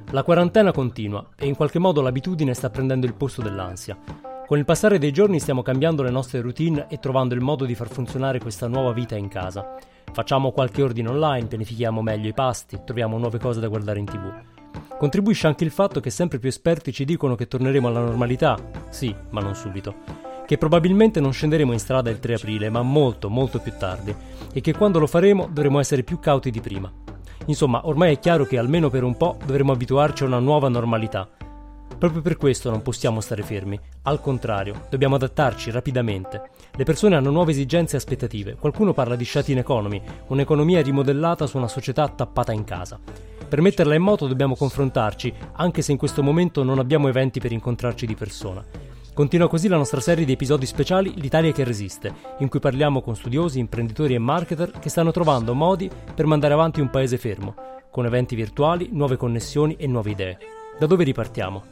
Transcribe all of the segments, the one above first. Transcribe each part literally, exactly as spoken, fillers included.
La quarantena continua e in qualche modo l'abitudine sta prendendo il posto dell'ansia. Con il passare dei giorni stiamo cambiando le nostre routine e trovando il modo di far funzionare questa nuova vita in casa. Facciamo qualche ordine online, pianifichiamo meglio i pasti, troviamo nuove cose da guardare in tv. Contribuisce anche il fatto che sempre più esperti ci dicono che torneremo alla normalità, sì, ma non subito. Che probabilmente non scenderemo in strada il tre aprile, ma molto, molto più tardi, e che quando lo faremo dovremo essere più cauti di prima. Insomma, ormai è chiaro che almeno per un po' dovremo abituarci a una nuova normalità. Proprio per questo non possiamo stare fermi. Al contrario, dobbiamo adattarci rapidamente. Le persone hanno nuove esigenze e aspettative. Qualcuno parla di shut-in economy, un'economia rimodellata su una società tappata in casa. Per metterla in moto dobbiamo confrontarci, anche se in questo momento non abbiamo eventi per incontrarci di persona. Continua così la nostra serie di episodi speciali L'Italia che resiste, in cui parliamo con studiosi, imprenditori e marketer che stanno trovando modi per mandare avanti un paese fermo, con eventi virtuali, nuove connessioni e nuove idee. Da dove ripartiamo?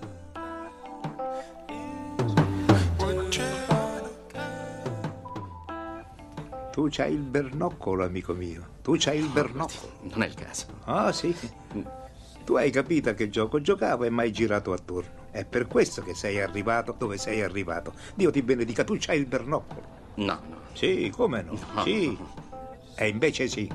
Tu c'hai il bernoccolo, amico mio. Tu c'hai il bernoccolo. Non è il caso. Ah, sì. Tu hai capito a che gioco giocavo e mai girato attorno. È per questo che sei arrivato dove sei arrivato. Dio ti benedica, tu c'hai il bernoccolo. No, no. Sì, come no? No. Sì. E invece sì.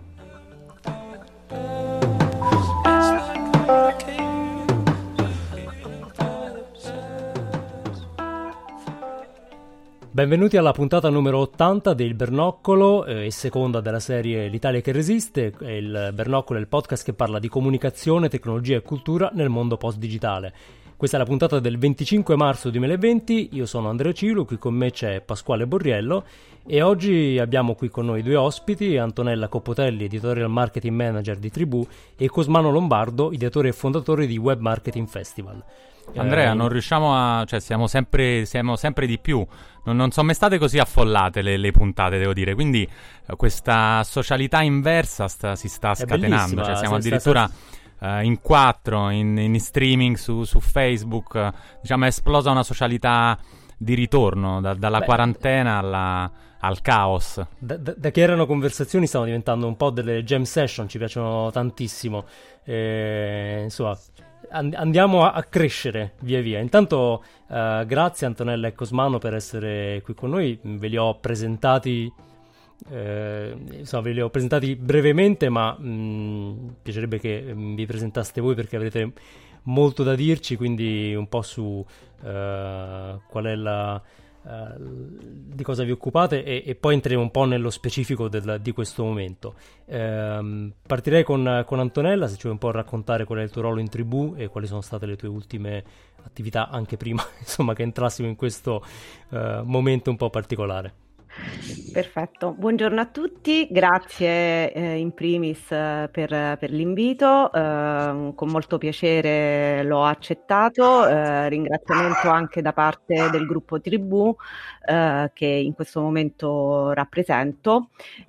Benvenuti alla puntata numero ottanta del Bernoccolo eh, e seconda della serie L'Italia che resiste. Il Bernoccolo è il podcast che parla di comunicazione, tecnologia e cultura nel mondo post-digitale. Questa è la puntata del venticinque marzo duemilaventi, io sono Andrea Cilu, qui con me c'è Pasquale Borriello e oggi abbiamo qui con noi due ospiti, Antonella Coppotelli, editorial marketing manager di Tribù, e Cosmano Lombardo, ideatore e fondatore di Web Marketing Festival. Andrea, Eh, non riusciamo a... cioè siamo sempre, siamo sempre di più. Non, non sono mai state così affollate le, le puntate, devo dire. Quindi eh, questa socialità inversa sta, si sta scatenando. Cioè siamo sta- addirittura eh, in quattro, in, in streaming su, su Facebook. eh, Diciamo è esplosa una socialità di ritorno, da- dalla Beh, quarantena alla, al caos. Da, da- da che erano conversazioni stanno diventando un po' delle jam session, ci piacciono tantissimo. Eh, insomma, and- andiamo a-, a crescere via via. Intanto, eh, grazie Antonella e Cosmano per essere qui con noi. Ve li ho presentati, eh, insomma, ve li ho presentati brevemente, ma mi piacerebbe che mh, vi presentaste voi perché avrete molto da dirci, quindi un po' su eh, qual è la eh, di cosa vi occupate e, e poi entreremo un po' nello specifico del- di questo momento. Ehm, partirei con, con Antonella, se ci vuoi un po' raccontare qual è il tuo ruolo in Tribù e quali sono state le tue ultime attività anche prima, insomma, che entrassimo in questo eh, momento un po' particolare. Perfetto, buongiorno a tutti, grazie eh, in primis eh, per, per l'invito, eh, con molto piacere l'ho accettato, eh, ringraziamento anche da parte del gruppo Tribù eh, che in questo momento rappresento.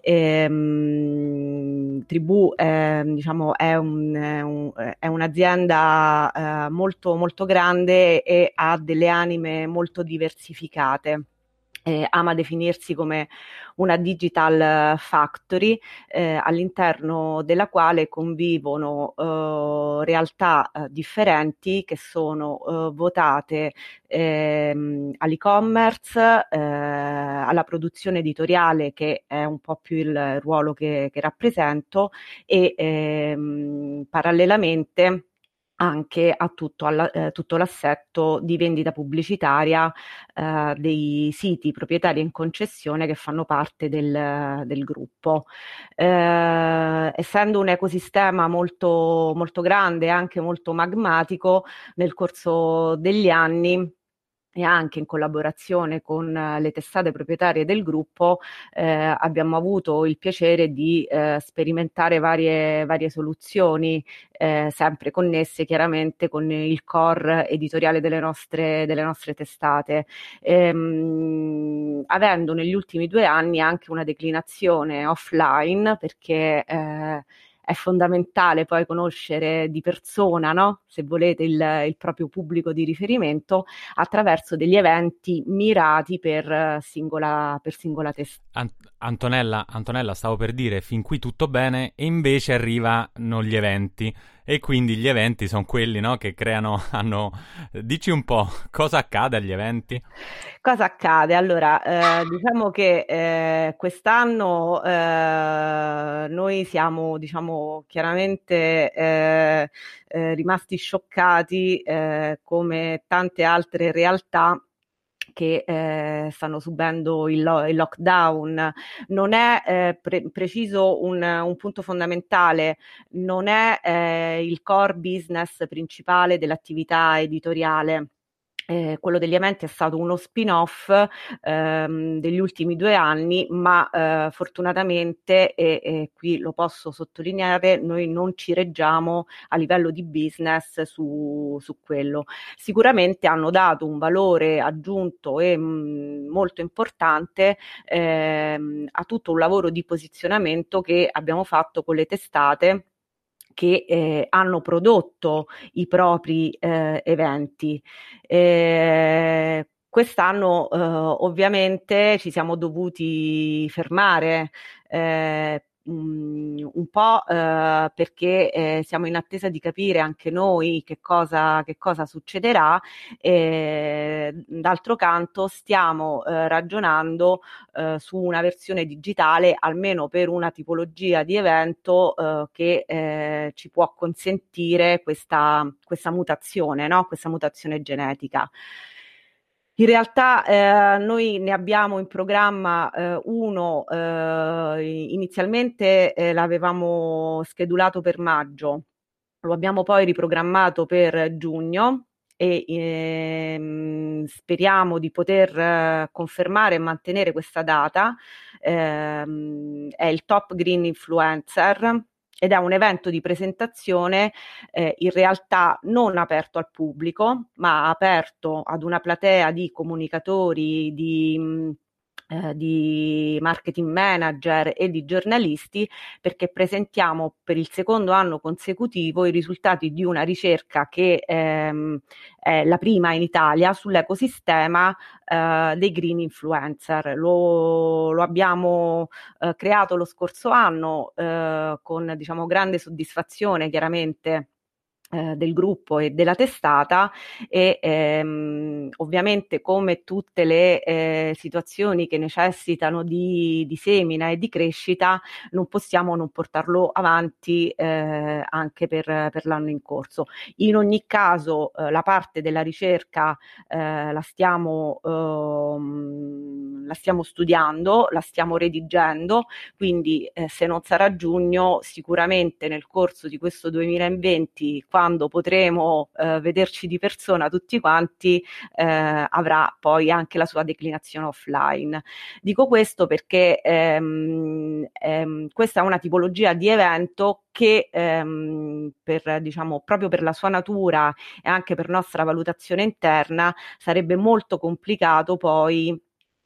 Ehm, Tribù è, diciamo, è, un- è un- è un'azienda eh, molto, molto grande e ha delle anime molto diversificate. Eh, ama definirsi come una digital factory eh, all'interno della quale convivono eh, realtà eh, differenti che sono eh, votate ehm, all'e-commerce, eh, alla produzione editoriale, che è un po' più il ruolo che, che rappresento, e ehm, parallelamente anche a tutto, alla- eh, tutto l'assetto di vendita pubblicitaria eh, dei siti proprietari in concessione che fanno parte del, del gruppo. Eh, essendo un ecosistema molto, molto grande e anche molto magmatico, nel corso degli anni e anche in collaborazione con eh, le testate proprietarie del gruppo, eh, abbiamo avuto il piacere di eh, sperimentare varie, varie soluzioni, eh, sempre connesse chiaramente con il core editoriale delle nostre, delle nostre testate, ehm, avendo negli ultimi due anni anche una declinazione offline, perché eh, è fondamentale poi conoscere di persona, no? Se volete, il, il proprio pubblico di riferimento attraverso degli eventi mirati per eh, singola, per singola testata. Ant- Antonella, Antonella, stavo per dire fin qui tutto bene e invece arrivano gli eventi. e quindi gli eventi sono quelli, no, che creano, hanno... Dici un po', cosa accade agli eventi? Cosa accade? Allora, eh, diciamo che eh, quest'anno eh, noi siamo, diciamo, chiaramente eh, eh, rimasti scioccati eh, come tante altre realtà che eh, stanno subendo il, lo- il lockdown. Non è eh, pre- preciso un, un punto fondamentale, non è eh, il core business principale dell'attività editoriale. Eh, quello degli eventi è stato uno spin-off ehm, degli ultimi due anni, ma eh, fortunatamente, e, e qui lo posso sottolineare, noi non ci reggiamo a livello di business su, su quello. Sicuramente hanno dato un valore aggiunto e mh, molto importante ehm, a tutto un lavoro di posizionamento che abbiamo fatto con le testate che eh, hanno prodotto i propri eh, eventi. Eh, quest'anno eh, ovviamente ci siamo dovuti fermare eh, mh, un po' eh, perché eh, siamo in attesa di capire anche noi che cosa, che cosa succederà. E, d'altro canto stiamo eh, ragionando eh, su una versione digitale, almeno per una tipologia di evento eh, che eh, ci può consentire questa, questa mutazione, no? Questa mutazione genetica. In realtà eh, noi ne abbiamo in programma eh, uno, eh, inizialmente eh, l'avevamo schedulato per maggio, lo abbiamo poi riprogrammato per giugno e ehm, speriamo di poter eh, confermare e mantenere questa data. Ehm, è il Top Green Influencer ed è un evento di presentazione eh, in realtà non aperto al pubblico, ma aperto ad una platea di comunicatori, di mh, eh, di marketing manager e di giornalisti, perché presentiamo per il secondo anno consecutivo i risultati di una ricerca che ehm, è la prima in Italia sull'ecosistema eh, dei green influencer. Lo, lo abbiamo eh, creato lo scorso anno eh, con, diciamo, grande soddisfazione chiaramente eh, del gruppo e della testata e ehm, ovviamente come tutte le eh, situazioni che necessitano di, di semina e di crescita non possiamo non portarlo avanti eh, anche per, per l'anno in corso. In ogni caso eh, la parte della ricerca eh, la stiamo ehm, la stiamo studiando, la stiamo redigendo, quindi eh, se non sarà giugno sicuramente nel corso di questo duemilaventi, quando potremo eh, vederci di persona tutti quanti, eh, avrà poi anche la sua declinazione offline. Dico questo perché ehm, ehm, questa è una tipologia di evento che ehm, per, diciamo, proprio per la sua natura e anche per nostra valutazione interna sarebbe molto complicato poi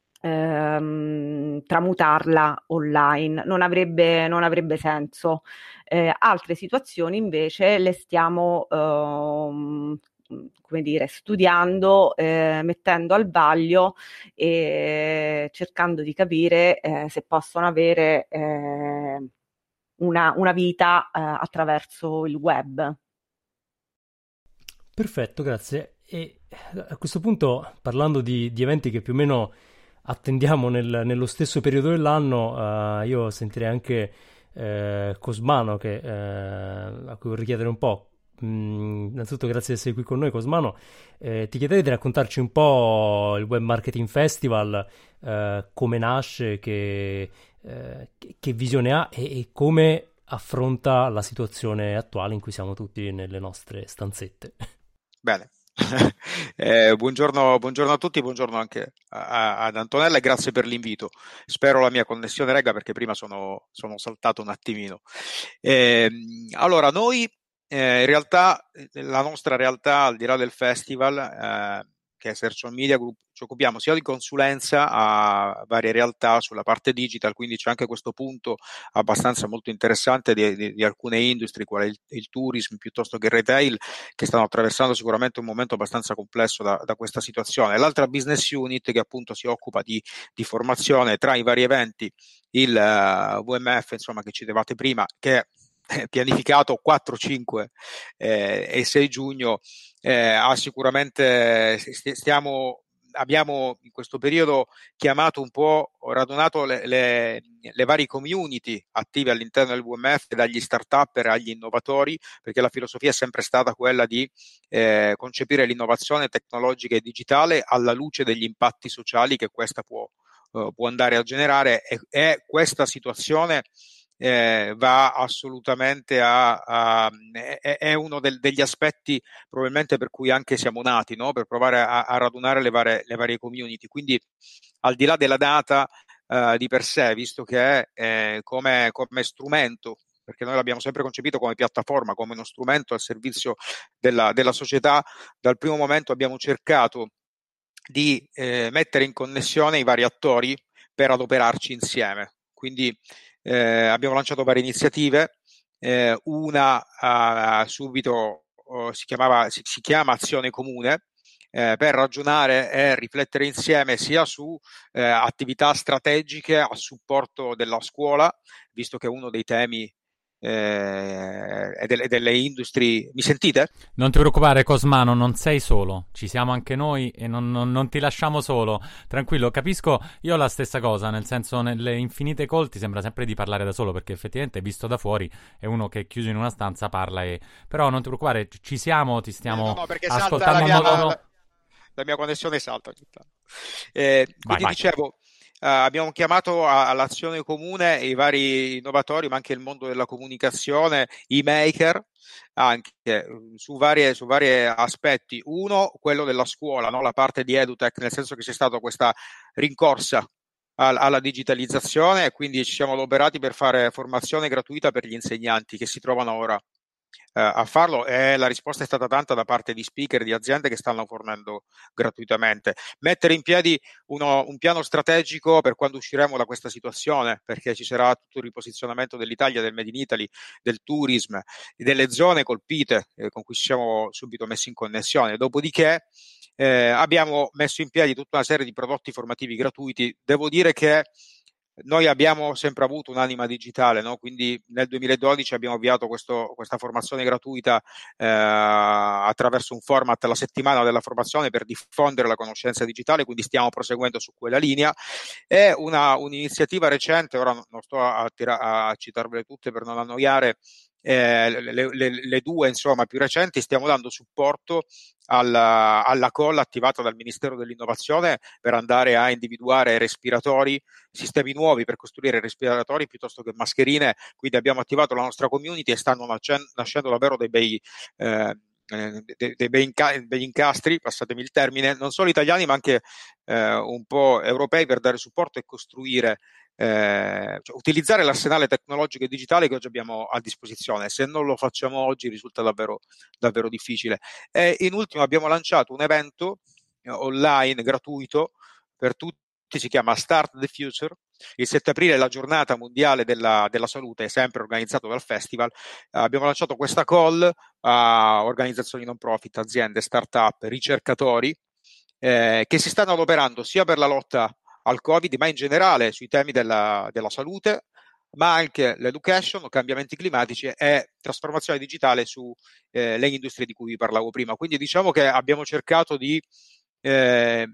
Ehm, tramutarla online, non avrebbe, non avrebbe senso. Eh, altre situazioni invece le stiamo ehm, come dire, studiando, eh, mettendo al vaglio e cercando di capire eh, se possono avere eh, una, una vita eh, attraverso il web. Perfetto, grazie. E a questo punto, parlando di, di eventi che più o meno attendiamo nel- nello stesso periodo dell'anno, eh, io sentirei anche eh, Cosmano, che, eh, a cui vorrei chiedere un po'. Mm, innanzitutto grazie di essere qui con noi, Cosmano. Eh, ti chiederei di raccontarci un po' il Web Marketing Festival, eh, come nasce, che, eh, che- che visione ha e, e come affronta la situazione attuale in cui siamo tutti nelle nostre stanzette. Bene. Eh, buongiorno, buongiorno a tutti, buongiorno anche a- a- ad Antonella e grazie per l'invito. Spero la mia connessione regga perché prima sono, sono saltato un attimino. Ehm, allora, noi eh, in realtà, eh, la nostra realtà, al di là del festival, eh, che è Search on Media Group, ci occupiamo sia di consulenza a varie realtà sulla parte digital, quindi c'è anche questo punto abbastanza molto interessante di, di, di alcune industrie, quale il, il tourism piuttosto che il retail, che stanno attraversando sicuramente un momento abbastanza complesso da, da questa situazione. L'altra business unit che appunto si occupa di, di formazione tra i vari eventi, il uh, V M F, insomma, che citavate prima, che pianificato quattro, cinque eh, e sei giugno, eh, ha sicuramente stiamo abbiamo in questo periodo chiamato un po', radunato le, le, le varie community attive all'interno del W M F, dagli start-up agli innovatori, perché la filosofia è sempre stata quella di eh, concepire l'innovazione tecnologica e digitale alla luce degli impatti sociali che questa può, uh, può andare a generare, e, e questa situazione Eh, va assolutamente a, a è, è uno del, degli aspetti probabilmente per cui anche siamo nati, no? Per provare a, a radunare le varie, le varie community. Quindi al di là della data uh, di per sé, visto che è eh, come, come strumento, perché noi l'abbiamo sempre concepito come piattaforma, come uno strumento al servizio della, della società, dal primo momento abbiamo cercato di eh, mettere in connessione i vari attori per adoperarci insieme. Quindi Eh, abbiamo lanciato varie iniziative, eh, una uh, subito uh, si, chiamava, si, si chiama Azione Comune, eh, per ragionare e riflettere insieme sia su eh, attività strategiche a supporto della scuola, visto che è uno dei temi eh, e delle, delle industrie. Mi sentite? Non ti preoccupare, Cosmano, non sei solo, ci siamo anche noi e non, non, non ti lasciamo solo, tranquillo. Capisco, io ho la stessa cosa, nel senso, nelle infinite call ti sembra sempre di parlare da solo, perché effettivamente visto da fuori è uno che chiuso in una stanza parla, e però non ti preoccupare, ci siamo, ti stiamo no, no, perché ascoltando. La mia, modo... la, la mia connessione salta ogni tanto. Eh, quindi vai, vai. dicevo, Uh, abbiamo chiamato a, all'azione comune i vari innovatori, ma anche il mondo della comunicazione, i maker, anche uh, su varie, su vari aspetti. Uno, quello della scuola, no? La parte di EduTech, nel senso che c'è stata questa rincorsa al, alla digitalizzazione, e quindi ci siamo adoperati per fare formazione gratuita per gli insegnanti che si trovano ora a farlo, e la risposta è stata tanta da parte di speaker, di aziende che stanno fornendo gratuitamente. Mettere in piedi uno, un piano strategico per quando usciremo da questa situazione, perché ci sarà tutto il riposizionamento dell'Italia, del Made in Italy, del tourism, delle zone colpite eh, con cui ci siamo subito messi in connessione. Dopodiché eh, abbiamo messo in piedi tutta una serie di prodotti formativi gratuiti. Devo dire che noi abbiamo sempre avuto un'anima digitale, no? Quindi nel duemiladodici abbiamo avviato questo, questa formazione gratuita eh, attraverso un format, la settimana della formazione, per diffondere la conoscenza digitale, quindi stiamo proseguendo su quella linea. È una, un'iniziativa recente, ora non sto a, tira, a citarvele tutte per non annoiare, eh, le, le, le due insomma più recenti. Stiamo dando supporto alla, alla call attivata dal Ministero dell'Innovazione per andare a individuare respiratori, sistemi nuovi per costruire respiratori piuttosto che mascherine. Quindi abbiamo attivato la nostra community e stanno nascendo, nascendo davvero dei bei eh, dei, dei bei, inca- bei incastri, passatemi il termine, non solo italiani ma anche eh, un po' europei, per dare supporto e costruire Eh, cioè, utilizzare l'arsenale tecnologico e digitale che oggi abbiamo a disposizione. Se non lo facciamo oggi risulta davvero, davvero difficile. E in ultimo abbiamo lanciato un evento eh, online gratuito per tutti, si chiama Start the Future. Il sette aprile è la giornata mondiale della, della salute, sempre organizzato dal festival. Eh, abbiamo lanciato questa call a organizzazioni non profit, aziende, start-up, ricercatori eh, che si stanno adoperando sia per la lotta al Covid, ma in generale sui temi della, della salute, ma anche l'education, cambiamenti climatici e trasformazione digitale su eh, le industrie di cui vi parlavo prima. Quindi diciamo che abbiamo cercato di eh,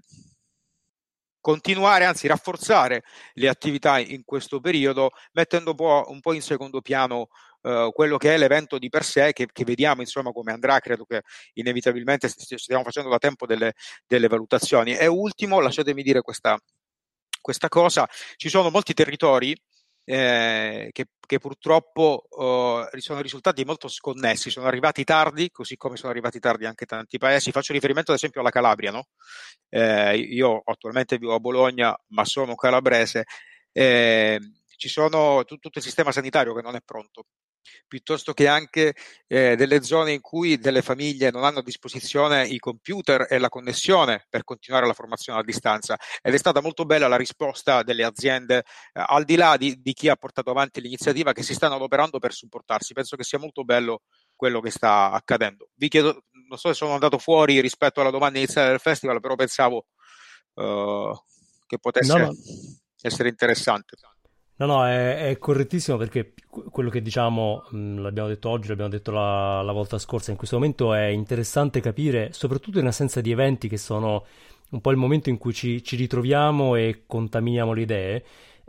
continuare, anzi rafforzare le attività in questo periodo, mettendo un po', un po' in secondo piano Uh, quello che è l'evento di per sé, che, che vediamo insomma come andrà. Credo che inevitabilmente st- stiamo facendo da tempo delle, delle valutazioni. E ultimo, lasciatemi dire questa, questa cosa: ci sono molti territori eh, che, che purtroppo uh, sono risultati molto sconnessi, sono arrivati tardi, così come sono arrivati tardi anche tanti paesi. Faccio riferimento ad esempio alla Calabria, no? Eh, io attualmente vivo a Bologna, ma sono calabrese. Eh, ci sono t- tutto il sistema sanitario che non è pronto, piuttosto che anche eh, delle zone in cui delle famiglie non hanno a disposizione i computer e la connessione per continuare la formazione a distanza. Ed è stata molto bella la risposta delle aziende, eh, al di là di, di chi ha portato avanti l'iniziativa, che si stanno adoperando per supportarsi. Penso che sia molto bello quello che sta accadendo. Vi chiedo, non so se sono andato fuori rispetto alla domanda iniziale del festival, però pensavo uh, che potesse no, no. essere interessante. No, no, è, è correttissimo perché quello che diciamo, mh, l'abbiamo detto oggi, l'abbiamo detto la, la volta scorsa, in questo momento è interessante capire, soprattutto in assenza di eventi che sono un po' il momento in cui ci, ci ritroviamo e contaminiamo le idee,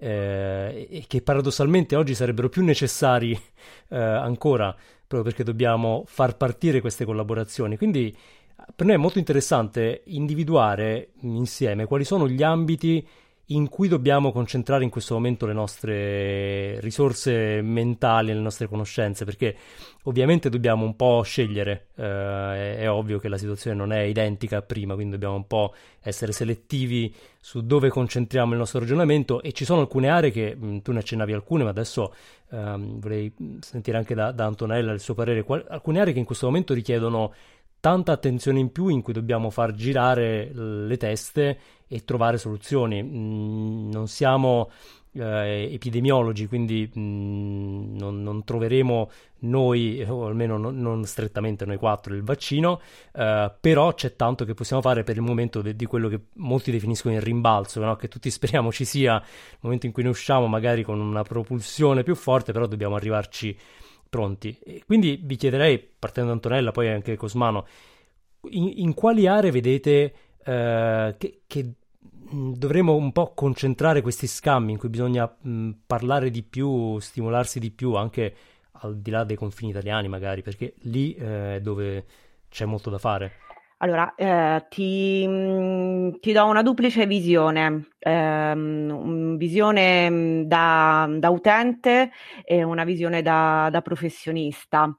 eh, e che paradossalmente oggi sarebbero più necessari eh, ancora, proprio perché dobbiamo far partire queste collaborazioni. Quindi per noi è molto interessante individuare insieme quali sono gli ambiti in cui dobbiamo concentrare in questo momento le nostre risorse mentali, le nostre conoscenze, perché ovviamente dobbiamo un po' scegliere, eh, è, è ovvio che la situazione non è identica a prima, quindi dobbiamo un po' essere selettivi su dove concentriamo il nostro ragionamento, e ci sono alcune aree che, mh, tu ne accennavi alcune, ma adesso ehm, vorrei sentire anche da, da Antonella il suo parere, qual- alcune aree che in questo momento richiedono tanta attenzione in più, in cui dobbiamo far girare le teste e trovare soluzioni. Mm, non siamo eh, epidemiologi, quindi mm, non, non troveremo noi, o almeno non, non strettamente noi quattro, il vaccino, eh, però c'è tanto che possiamo fare per il momento de- di quello che molti definiscono il rimbalzo, no? Che tutti speriamo ci sia, il momento in cui ne usciamo magari con una propulsione più forte, però dobbiamo arrivarci pronti. E quindi vi chiederei, partendo da Antonella, poi anche Cosmano, in, in quali aree vedete eh, che, che mh, dovremo un po' concentrare questi scambi, in cui bisogna mh, parlare di più, stimolarsi di più, anche al di là dei confini italiani magari, perché lì eh, è dove c'è molto da fare. Allora, eh, ti, mh, ti do una duplice visione, ehm, un- visione mh, da, da utente e una visione da, da professionista.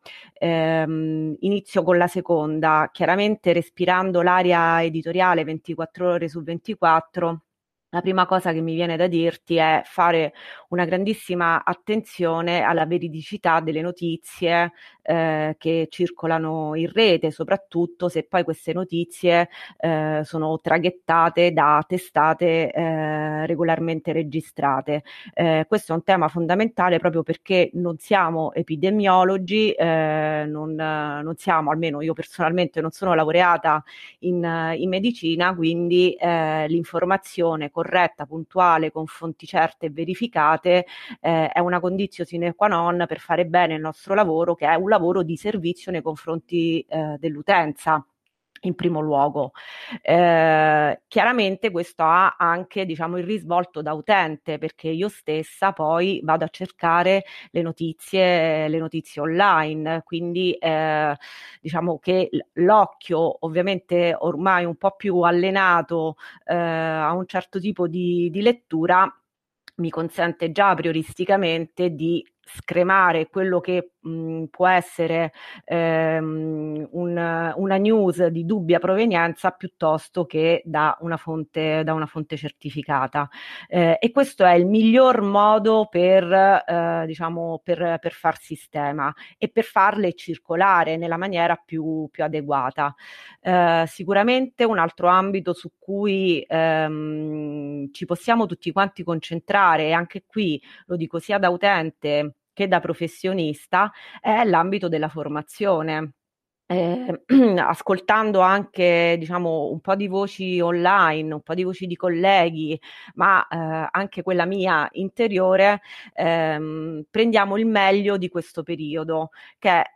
Ehm, inizio con la seconda, chiaramente respirando l'aria editoriale ventiquattro ore su ventiquattro. La prima cosa che mi viene da dirti è fare una grandissima attenzione alla veridicità delle notizie eh, che circolano in rete, soprattutto se poi queste notizie eh, sono traghettate da testate eh, regolarmente registrate. Eh, questo è un tema fondamentale proprio perché non siamo epidemiologi, eh, non, non siamo, almeno io personalmente non sono laureata in, in medicina, quindi eh, l'informazione corretta, puntuale, con fonti certe e verificate eh, è una condizione sine qua non per fare bene il nostro lavoro, che è un lavoro di servizio nei confronti eh, dell'utenza. In primo luogo, eh, chiaramente questo ha anche, diciamo, il risvolto da utente, perché io stessa poi vado a cercare le notizie, le notizie online, quindi eh, diciamo che l'occhio, ovviamente ormai un po' più allenato eh, a un certo tipo di, di lettura, mi consente già prioristicamente di scremare quello che mh, può essere ehm, un, una news di dubbia provenienza piuttosto che da una fonte, da una fonte certificata. Eh, e questo è il miglior modo per, eh, diciamo, per, per far sistema e per farle circolare nella maniera più, più adeguata. Eh, sicuramente un altro ambito su cui ehm, ci possiamo tutti quanti concentrare, e anche qui lo dico sia da utente che da professionista, è l'ambito della formazione. Eh, ascoltando anche, diciamo, un po' di voci online, un po' di voci di colleghi, ma eh, anche quella mia interiore, ehm, prendiamo il meglio di questo periodo, che,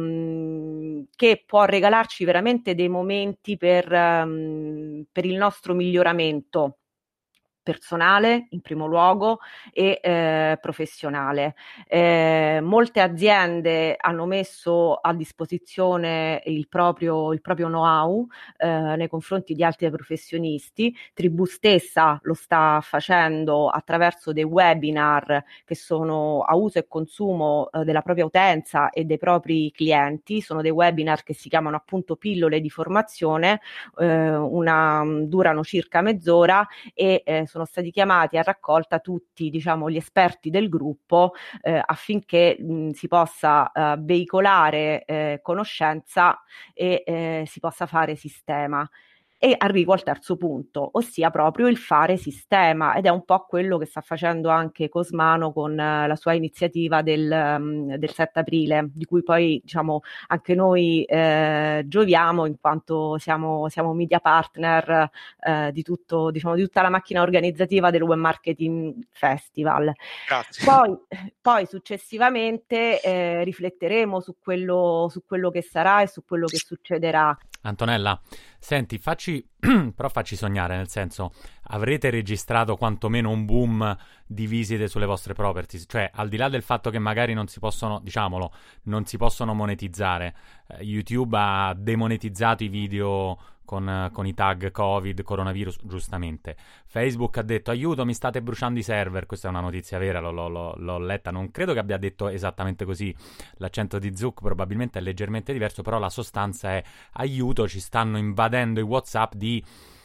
ehm, che può regalarci veramente dei momenti per, ehm, per il nostro miglioramento personale in primo luogo e eh, professionale. Eh, molte aziende hanno messo a disposizione il proprio, il proprio know-how eh, nei confronti di altri professionisti. Tribù stessa lo sta facendo attraverso dei webinar che sono a uso e consumo eh, della propria utenza e dei propri clienti. Sono dei webinar che si chiamano appunto pillole di formazione, eh, una, durano circa mezz'ora e eh, sono stati chiamati a raccolta tutti, diciamo, gli esperti del gruppo eh, affinché mh, si possa eh, veicolare eh, conoscenza e eh, si possa fare sistema. E arrivo al terzo punto, ossia proprio il fare sistema, ed è un po' quello che sta facendo anche Cosmano con eh, la sua iniziativa del, um, del sette aprile, di cui poi diciamo anche noi eh, gioviamo in quanto siamo, siamo media partner eh, di tutto, diciamo, di tutta la macchina organizzativa del Web Marketing Festival. Grazie. Poi, poi successivamente eh, rifletteremo su quello, su quello che sarà e su quello che succederà. Antonella, senti, facci, però facci sognare, nel senso, avrete registrato quantomeno un boom di visite sulle vostre properties, cioè al di là del fatto che magari non si possono, diciamolo, non si possono monetizzare, eh, YouTube ha demonetizzato i video con, con i tag Covid, coronavirus, giustamente. Facebook ha detto aiuto, mi state bruciando i server, questa è una notizia vera, l'ho, l'ho, l'ho letta, non credo che abbia detto esattamente così, l'accento di Zuck probabilmente è leggermente diverso, però la sostanza è aiuto, ci stanno invadendo i WhatsApp di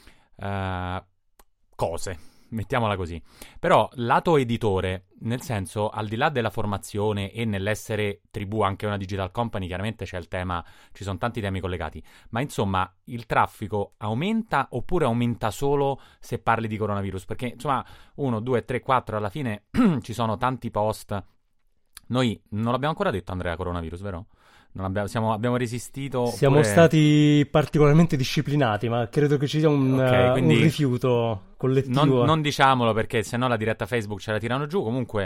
uh, cose, mettiamola così. Però lato editore, nel senso, al di là della formazione e nell'essere tribù anche una digital company, chiaramente c'è il tema, ci sono tanti temi collegati, ma insomma il traffico aumenta oppure aumenta solo se parli di coronavirus? Perché insomma uno, due, tre, quattro, alla fine ci sono tanti post. Noi non l'abbiamo ancora detto, Andrea, coronavirus, vero? Non abbiamo, siamo, abbiamo resistito. Siamo oppure... stati particolarmente disciplinati, ma credo che ci sia un, okay, quindi un rifiuto collettivo. Non, non diciamolo perché sennò la diretta Facebook ce la tirano giù. Comunque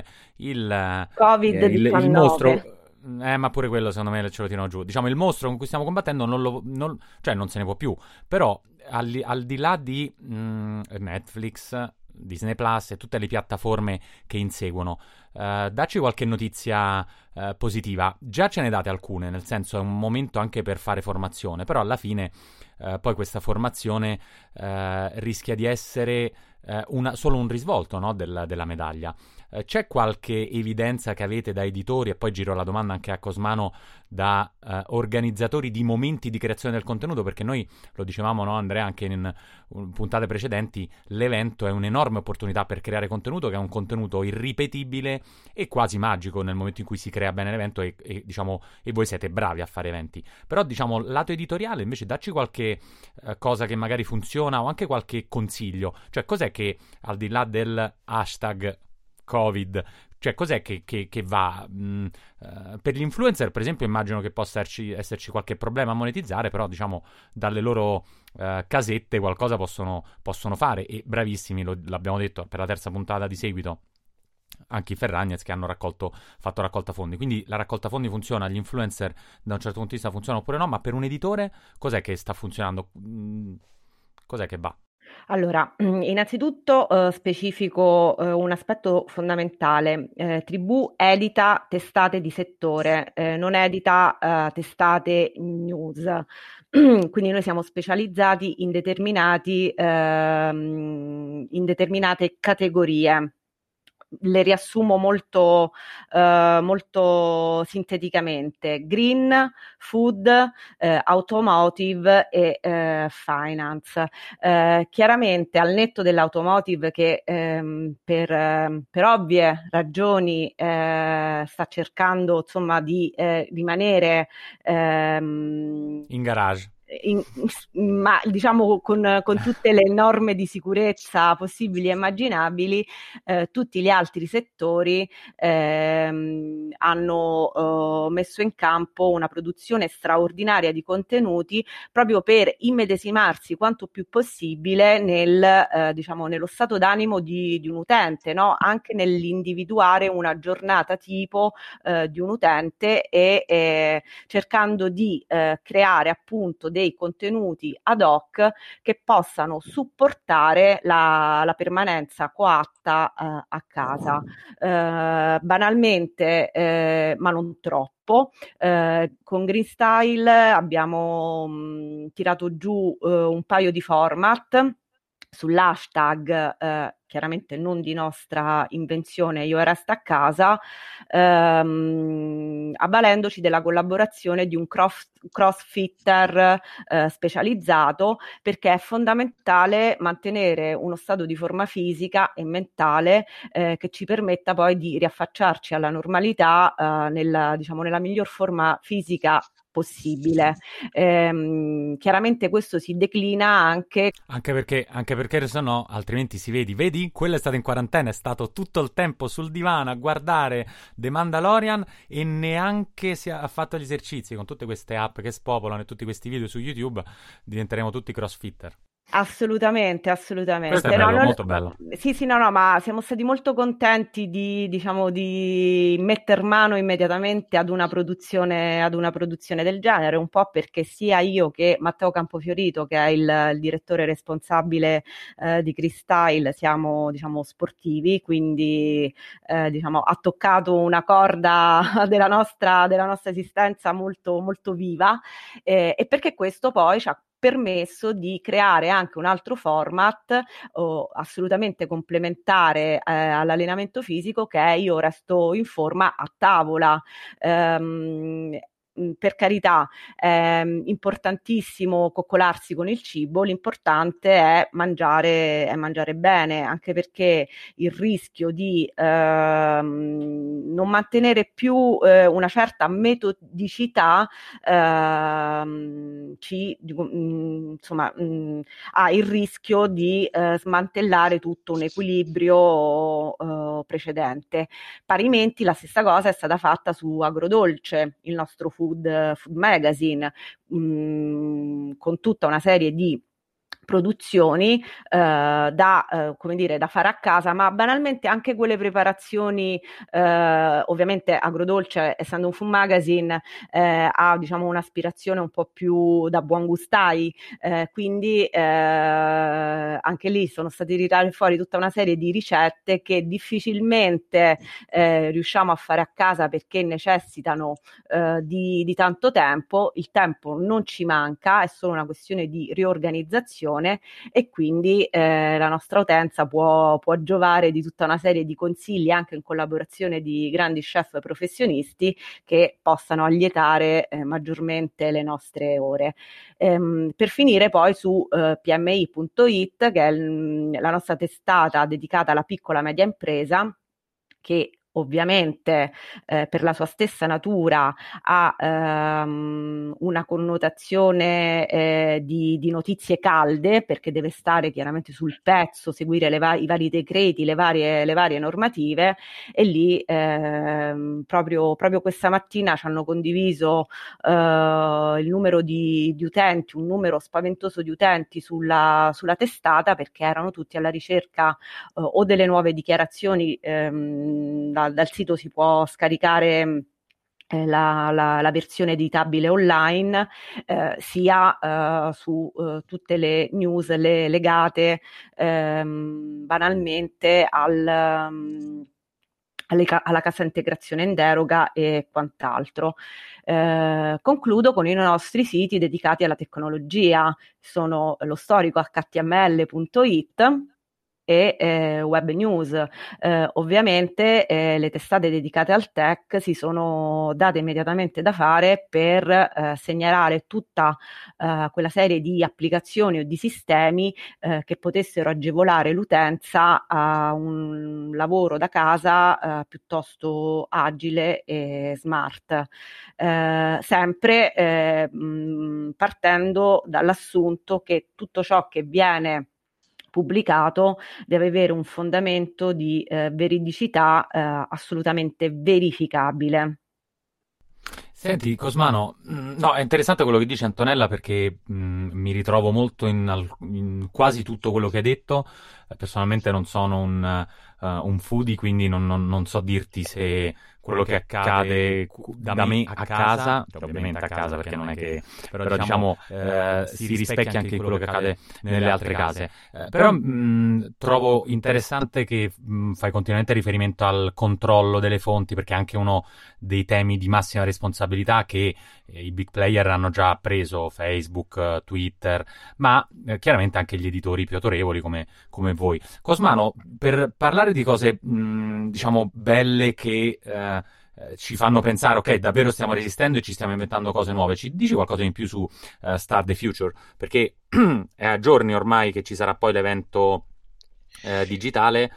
il covid eh, il, il mostro, eh, ma pure quello secondo me ce lo tirano giù. Diciamo il mostro con cui stiamo combattendo non lo, non, cioè non se ne può più. Però al, al di là di mh, Netflix, Disney Plus e tutte le piattaforme che inseguono, uh, dacci qualche notizia uh, positiva. Già ce ne date alcune, nel senso è un momento anche per fare formazione, però alla fine uh, poi questa formazione uh, rischia di essere uh, una, solo un risvolto, no, del, della medaglia. Uh, c'è qualche evidenza che avete da editori, e poi giro la domanda anche a Cosmano, da uh, organizzatori di momenti di creazione del contenuto, perché noi lo dicevamo, no, Andrea, anche in uh, puntate precedenti, l'evento è un'enorme opportunità per creare contenuto, che è un contenuto irripetibile e quasi magico nel momento in cui si crea bene l'evento e, e diciamo e voi siete bravi a fare eventi. Però diciamo lato editoriale invece dacci qualche uh, cosa che magari funziona o anche qualche consiglio, cioè cos'è che al di là del hashtag Covid, cioè cos'è che, che, che va mh, uh, per gli influencer, per esempio, immagino che possa esserci, esserci qualche problema a monetizzare, però diciamo dalle loro uh, casette qualcosa possono, possono fare, e bravissimi, lo, l'abbiamo detto per la terza puntata di seguito, anche i Ferragnez che hanno raccolto, fatto raccolta fondi. Quindi la raccolta fondi funziona, gli influencer da un certo punto di vista funzionano oppure no, ma per un editore cos'è che sta funzionando? Mm, cos'è che va? Allora, innanzitutto eh, specifico eh, un aspetto fondamentale. Eh, Tribù edita testate di settore, eh, non edita eh, testate news. Quindi noi siamo specializzati in determinati, ehm, in determinate categorie. Le riassumo molto, eh, molto sinteticamente: green, food, eh, automotive e eh, finance. Eh, chiaramente al netto dell'automotive che ehm, per, eh, per ovvie ragioni eh, sta cercando insomma di eh, rimanere ehm, in garage. In, ma diciamo con, con tutte le norme di sicurezza possibili e immaginabili, eh, tutti gli altri settori ehm, hanno eh, messo in campo una produzione straordinaria di contenuti proprio per immedesimarsi quanto più possibile nel, eh, diciamo, nello stato d'animo di, di un utente, no? Anche nell'individuare una giornata tipo eh, di un utente e eh, cercando di eh, creare appunto dei contenuti ad hoc che possano supportare la, la permanenza coatta eh, a casa. Eh, banalmente, eh, ma non troppo, eh, con Green Style abbiamo mh, tirato giù eh, un paio di format sull'hashtag eh, chiaramente non di nostra invenzione, Io Resta a Casa, ehm, avvalendoci della collaborazione di un cross, crossfitter eh, specializzato, perché è fondamentale mantenere uno stato di forma fisica e mentale eh, che ci permetta poi di riaffacciarci alla normalità eh, nella, diciamo, nella miglior forma fisica possibile. Ehm, chiaramente questo si declina anche Anche perché, anche perché se no, altrimenti si vedi, vedi, quello è stato in quarantena, è stato tutto il tempo sul divano a guardare The Mandalorian e neanche si ha fatto gli esercizi. Con tutte queste app che spopolano e tutti questi video su YouTube diventeremo tutti crossfitter. Assolutamente, assolutamente. Questo è bello, No, non- molto bello. Sì, sì, no, no, ma siamo stati molto contenti di, diciamo, di metter mano immediatamente ad una produzione, ad una produzione del genere, un po' perché sia io che Matteo Campofiorito, che è il, il direttore responsabile eh, di Cristyle, siamo, diciamo, sportivi, quindi eh, diciamo, ha toccato una corda della nostra, della nostra esistenza molto, molto viva, eh, e perché questo poi ci ha permesso di creare anche un altro format oh, assolutamente complementare eh, all'allenamento fisico, che è Io Resto in Forma a Tavola. Ehm, per carità, è importantissimo coccolarsi con il cibo, l'importante è mangiare, è mangiare bene, anche perché il rischio di ehm, non mantenere più eh, una certa metodicità ehm, ci, mh, insomma, mh, ha il rischio di eh, smantellare tutto un equilibrio eh, precedente. Parimenti la stessa cosa è stata fatta su Agrodolce, il nostro food Food, food magazine, mh, con tutta una serie di produzioni eh, da, eh, come dire, da fare a casa, ma banalmente anche quelle preparazioni, eh, ovviamente Agrodolce, essendo un food magazine, eh, ha, diciamo, un'aspirazione un po' più da buon gustai, eh, quindi eh, anche lì sono stati tirati fuori tutta una serie di ricette che difficilmente eh, riusciamo a fare a casa perché necessitano eh, di, di tanto tempo. Il tempo non ci manca, è solo una questione di riorganizzazione, e quindi eh, la nostra utenza può, può giovare di tutta una serie di consigli, anche in collaborazione di grandi chef professionisti che possano allietare eh, maggiormente le nostre ore. Ehm, per finire poi su eh, P M I punto it, che è l- la nostra testata dedicata alla piccola e media impresa, che ovviamente eh, per la sua stessa natura ha ehm, una connotazione eh, di, di notizie calde, perché deve stare chiaramente sul pezzo, seguire le va- i vari decreti, le varie, le varie normative, e lì ehm, proprio, proprio questa mattina ci hanno condiviso eh, il numero di, di utenti, un numero spaventoso di utenti sulla, sulla testata, perché erano tutti alla ricerca eh, o delle nuove dichiarazioni. ehm, da, dal sito si può scaricare eh, la, la, la versione editabile online, eh, sia eh, su eh, tutte le news le, legate ehm, banalmente al, um, alle, alla cassa integrazione in deroga e quant'altro. Eh, concludo con i nostri siti dedicati alla tecnologia, sono lo storico H T M L punto it e eh, Web News. Eh, ovviamente eh, le testate dedicate al tech si sono date immediatamente da fare per eh, segnalare tutta eh, quella serie di applicazioni o di sistemi eh, che potessero agevolare l'utenza a un lavoro da casa eh, piuttosto agile e smart. Eh, sempre eh, mh, partendo dall'assunto che tutto ciò che viene pubblicato deve avere un fondamento di eh, veridicità eh, assolutamente verificabile. Senti, Cosmano, mh, no, è interessante quello che dice Antonella perché mh, mi ritrovo molto in, al- in quasi tutto quello che hai detto. Eh, Personalmente non sono un, uh, un foodie, quindi non, non- non so dirti se quello che accade da me a casa, cioè ovviamente a casa perché non è che, però diciamo eh, si rispecchia anche quello che accade nelle altre case. Eh, però mh, trovo interessante che mh, fai continuamente riferimento al controllo delle fonti, perché è anche uno dei temi di massima responsabilità che eh, i big player hanno già preso, Facebook, Twitter, ma eh, chiaramente anche gli editori più autorevoli come, come voi. Cosmano, per parlare di cose mh, diciamo belle che eh, ci fanno pensare, ok, davvero stiamo resistendo e ci stiamo inventando cose nuove, ci dici qualcosa in più su uh, Start the Future? Perché è a giorni ormai che ci sarà poi l'evento eh, digitale.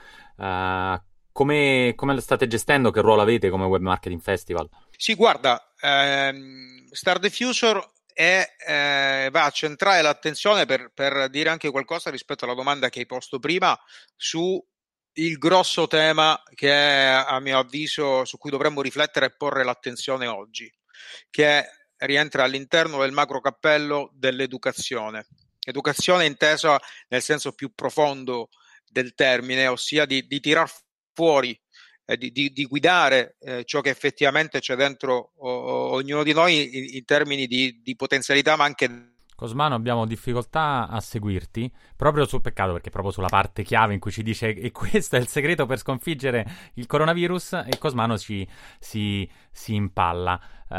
Uh, come, come lo state gestendo? Che ruolo avete come Web Marketing Festival? Sì, guarda, ehm, Start the Future è, eh, va a centrare l'attenzione per, per dire anche qualcosa rispetto alla domanda che hai posto prima su il grosso tema che è, a mio avviso, su cui dovremmo riflettere e porre l'attenzione oggi, che rientra all'interno del macro cappello dell'educazione. Educazione intesa nel senso più profondo del termine, ossia di, di tirar fuori, eh, di, di, di guidare eh, ciò che effettivamente c'è dentro o, o, ognuno di noi in, in termini di, di potenzialità, ma anche... Cosmano, abbiamo difficoltà a seguirti proprio sul peccato, perché proprio sulla parte chiave in cui ci dice e questo è il segreto per sconfiggere il coronavirus, e Cosmano ci, si, si impalla.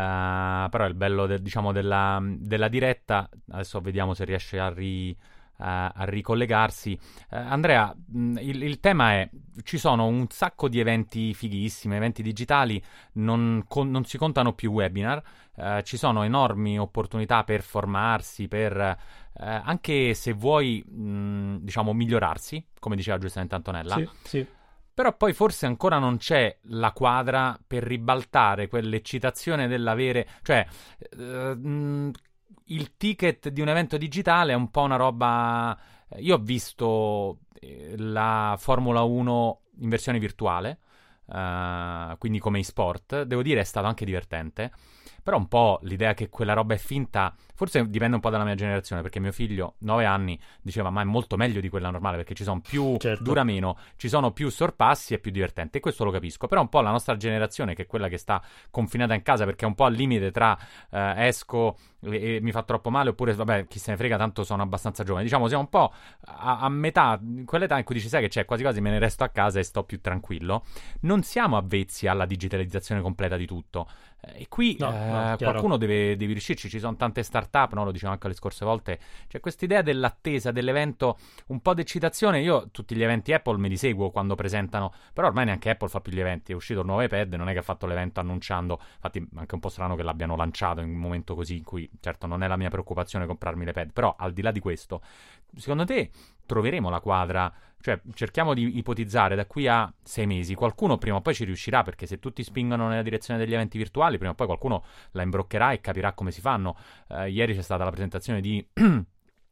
Uh, però è il bello de, diciamo della, della diretta. Adesso vediamo se riesce a ri... a ricollegarsi. Uh, Andrea, il, il tema è: ci sono un sacco di eventi fighissimi, eventi digitali, non, con, non si contano più webinar, uh, ci sono enormi opportunità per formarsi, per uh, anche se vuoi mh, diciamo migliorarsi, come diceva giustamente Antonella. Sì, sì. Però poi forse ancora non c'è la quadra per ribaltare quell'eccitazione dell'avere, cioè uh, mh, il ticket di un evento digitale è un po' una roba... Io ho visto la Formula uno in versione virtuale, uh, quindi come e-sport, devo dire è stato anche divertente, però un po' l'idea che quella roba è finta, forse dipende un po' dalla mia generazione, perché mio figlio, nove anni, diceva ma è molto meglio di quella normale, perché ci sono più, certo. dura meno, ci sono più sorpassi, è più divertente, e questo lo capisco. Però un po' la nostra generazione, che è quella che sta confinata in casa perché è un po' al limite tra uh, esco e, e mi fa troppo male, oppure vabbè chi se ne frega, tanto sono abbastanza giovane, diciamo siamo un po' a, a metà, in quell'età in cui dici sai che c'è, quasi quasi me ne resto a casa e sto più tranquillo. Non siamo avvezzi alla digitalizzazione completa di tutto, e qui no, eh, no, qualcuno deve, deve riuscirci. Ci sono tante start-up, no? Lo dicevo anche le scorse volte, c'è quest'idea dell'attesa dell'evento, un po' d'eccitazione. Io tutti gli eventi Apple me li seguo quando presentano, però ormai neanche Apple fa più gli eventi. È uscito il nuovo iPad, non è che ha fatto l'evento annunciando, infatti anche un po' strano che l'abbiano lanciato in un momento così in cui, certo non è la mia preoccupazione comprarmi l'iPad, però al di là di questo, secondo te troveremo la quadra? Cioè, cerchiamo di ipotizzare da qui a sei mesi. Qualcuno prima o poi ci riuscirà, perché se tutti spingono nella direzione degli eventi virtuali, prima o poi qualcuno la imbroccherà e capirà come si fanno. Uh, ieri c'è stata la presentazione di un,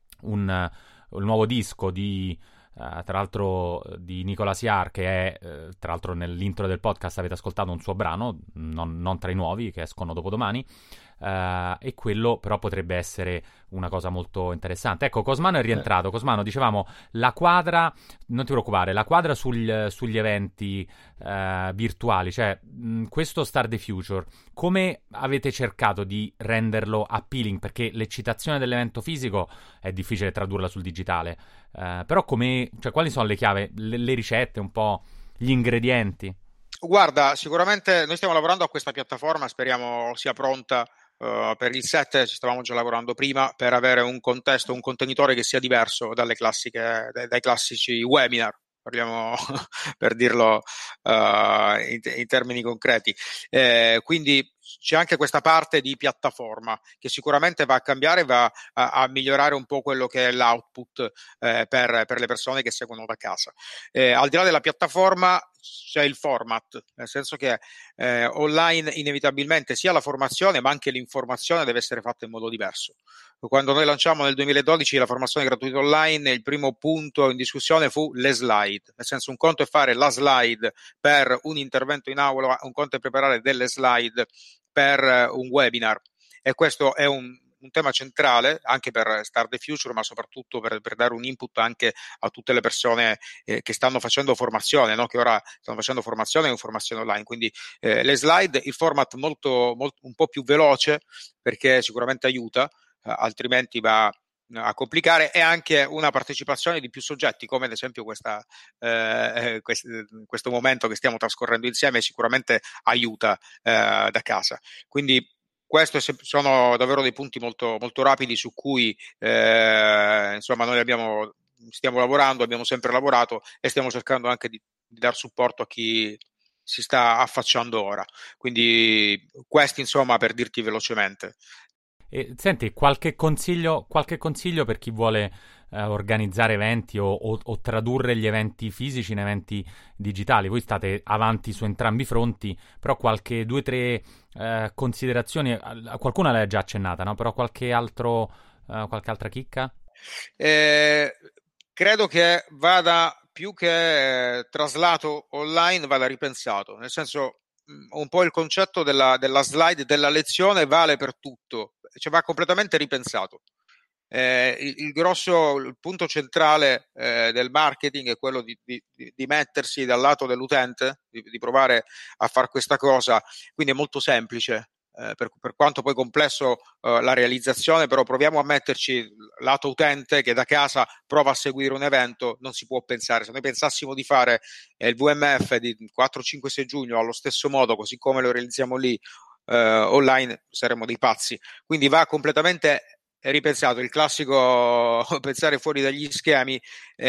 uh, un nuovo disco di... Uh, tra l'altro di Nicolas Jaar, che è uh, tra l'altro nell'intro del podcast avete ascoltato un suo brano, non, non tra i nuovi che escono dopodomani, uh, e quello però potrebbe essere una cosa molto interessante. Ecco, Cosmano è rientrato. Cosmano, dicevamo la quadra, non ti preoccupare, la quadra sul, sugli eventi uh, virtuali, cioè mh, questo Start the Future, come avete cercato di renderlo appealing? Perché l'eccitazione dell'evento fisico è difficile tradurla sul digitale. Uh, però come, cioè, quali sono le chiavi, le, le ricette, un po' gli ingredienti? Guarda, sicuramente noi stiamo lavorando a questa piattaforma, speriamo sia pronta uh, per il sette, ci stavamo già lavorando prima per avere un contesto, un contenitore che sia diverso dalle classiche, dai, dai classici webinar. Parliamo per dirlo uh, in, in termini concreti. Eh, quindi c'è anche questa parte di piattaforma che sicuramente va a cambiare, va a, a migliorare un po' quello che è l'output eh, per, per le persone che seguono da casa. Eh, al di là della piattaforma c'è il format, nel senso che eh, online inevitabilmente sia la formazione ma anche l'informazione deve essere fatta in modo diverso. Quando noi lanciamo nel duemiladodici la formazione gratuita online, il primo punto in discussione fu le slide, nel senso un conto è fare la slide per un intervento in aula, un conto è preparare delle slide per un webinar, e questo è un un tema centrale anche per Start the Future, ma soprattutto per, per dare un input anche a tutte le persone eh, che stanno facendo formazione, no? Che ora stanno facendo formazione e formazione online. Quindi eh, le slide, il format molto, molto un po' più veloce, perché sicuramente aiuta, eh, altrimenti va a complicare, e anche una partecipazione di più soggetti, come ad esempio questa, eh, quest, questo momento che stiamo trascorrendo insieme sicuramente aiuta eh, da casa. Quindi questi sono davvero dei punti molto, molto rapidi su cui eh, insomma noi abbiamo, stiamo lavorando, abbiamo sempre lavorato e stiamo cercando anche di, di dar supporto a chi si sta affacciando ora. Quindi questi insomma per dirti velocemente. E, senti, qualche consiglio, qualche consiglio per chi vuole eh, organizzare eventi o, o, o tradurre gli eventi fisici in eventi digitali? Voi state avanti su entrambi i fronti, però qualche due o tre eh, considerazioni, qualcuna l'hai già accennata, no? Però qualche altro, eh, qualche altra chicca? Eh, credo che vada più che eh, traslato online, vada ripensato, nel senso un po' il concetto della, della slide della lezione vale per tutto, cioè va completamente ripensato. Eh, il, il grosso, il punto centrale eh, del marketing è quello di, di, di mettersi dal lato dell'utente, di, di provare a fare questa cosa, quindi è molto semplice. Eh, per, per quanto poi complesso eh, la realizzazione, però proviamo a metterci lato utente che da casa prova a seguire un evento. Non si può pensare, se noi pensassimo di fare eh, il V M F di quattro, cinque, sei giugno allo stesso modo, così come lo realizziamo lì eh, online, saremmo dei pazzi. Quindi va completamente ripensato, il classico pensare fuori dagli schemi.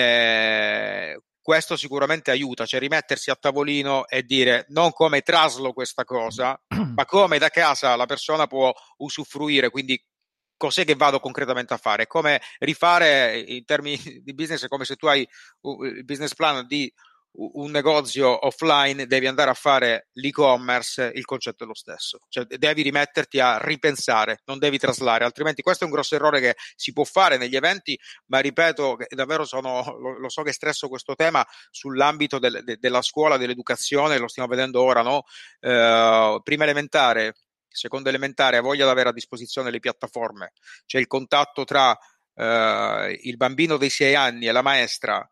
eh, Questo sicuramente aiuta, cioè rimettersi a tavolino e dire non come traslo questa cosa, ma come da casa la persona può usufruire, quindi cos'è che vado concretamente a fare, come rifare in termini di business, è come se tu hai il business plan di un negozio offline, devi andare a fare l'e-commerce, il concetto è lo stesso, cioè devi rimetterti a ripensare, non devi traslare, altrimenti questo è un grosso errore che si può fare negli eventi, ma ripeto, davvero sono, lo, lo so che stresso questo tema sull'ambito del, de, della scuola, dell'educazione, lo stiamo vedendo ora, no? Eh, prima elementare, seconda elementare, ha voglia di avere a disposizione le piattaforme, c'è il contatto tra eh, il bambino dei sei anni e la maestra.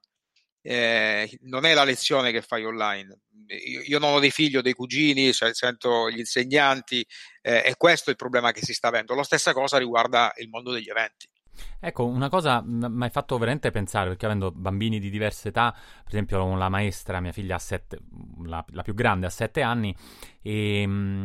Eh, non è la lezione che fai online. Io, io non ho dei figli o dei cugini, cioè, sento gli insegnanti eh, e questo è il problema che si sta avendo. La stessa cosa riguarda il mondo degli eventi. Ecco, una cosa mi hai fatto veramente pensare, perché avendo bambini di diverse età, per esempio la maestra, mia figlia ha sette, la, la più grande ha sette anni, e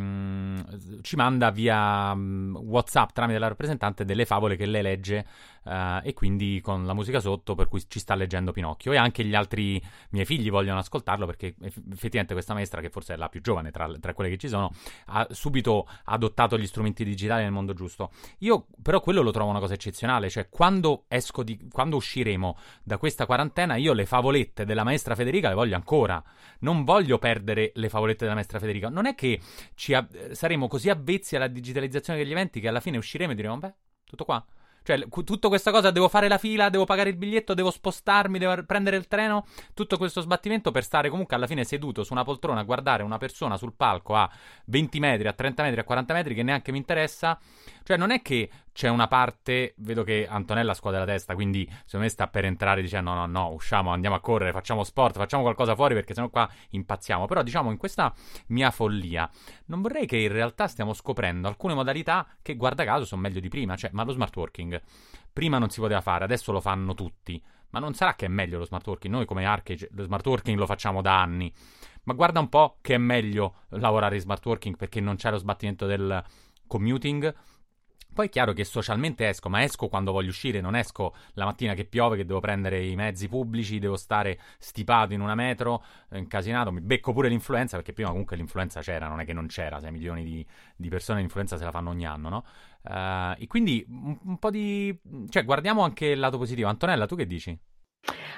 mh, ci manda via mh, WhatsApp tramite la rappresentante delle favole che lei legge, uh, e quindi con la musica sotto, per cui ci sta leggendo Pinocchio, e anche gli altri miei figli vogliono ascoltarlo, perché effettivamente questa maestra, che forse è la più giovane tra, tra quelle che ci sono, ha subito adottato gli strumenti digitali nel mondo giusto. Io però quello lo trovo una cosa eccezionale, cioè quando esco di, quando usciremo da questa quarantena, io le favolette della maestra Federica le voglio ancora, non voglio perdere le favolette della maestra Federica. Non è che ci ab- saremo così avvezzi alla digitalizzazione degli eventi che alla fine usciremo e diremo beh, tutto qua. Cioè, tutta questa cosa, devo fare la fila, devo pagare il biglietto, devo spostarmi, devo prendere il treno, tutto questo sbattimento per stare comunque alla fine seduto su una poltrona a guardare una persona sul palco a venti metri, a trenta metri, a quaranta metri, che neanche mi interessa. Cioè, non è che c'è una parte, vedo che Antonella scuote la testa, quindi secondo me sta per entrare dicendo no, no, no, usciamo, andiamo a correre, facciamo sport, facciamo qualcosa fuori, perché sennò qua impazziamo. Però diciamo, in questa mia follia, non vorrei che in realtà stiamo scoprendo alcune modalità che, guarda caso, sono meglio di prima. Cioè, ma lo smart working prima non si poteva fare, adesso lo fanno tutti. Ma non sarà che è meglio lo smart working? Noi come Arcade lo smart working lo facciamo da anni. Ma guarda un po' che è meglio lavorare in smart working perché non c'è lo sbattimento del commuting. Poi è chiaro che socialmente esco, ma esco quando voglio uscire, non esco la mattina che piove, che devo prendere i mezzi pubblici, devo stare stipato in una metro, incasinato, mi becco pure l'influenza, perché prima comunque l'influenza c'era, non è che non c'era, sei milioni di, di persone l'influenza se la fanno ogni anno, no? Uh, e quindi un, un po' di... cioè guardiamo anche il lato positivo. Antonella, tu che dici?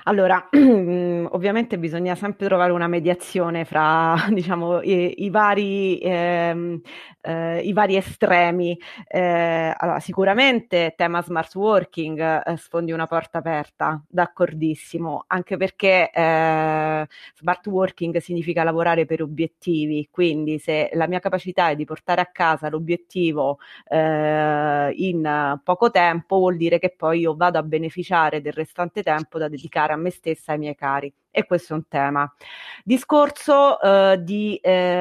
Allora, ovviamente bisogna sempre trovare una mediazione fra, diciamo, i, i vari, ehm, eh, i vari estremi. Eh, allora, sicuramente tema smart working, eh, sfondi una porta aperta, d'accordissimo, anche perché eh, smart working significa lavorare per obiettivi, quindi se la mia capacità è di portare a casa l'obiettivo eh, in poco tempo, vuol dire che poi io vado a beneficiare del restante tempo da dedicare a me stessa e ai miei cari, e questo è un tema. Discorso eh, di,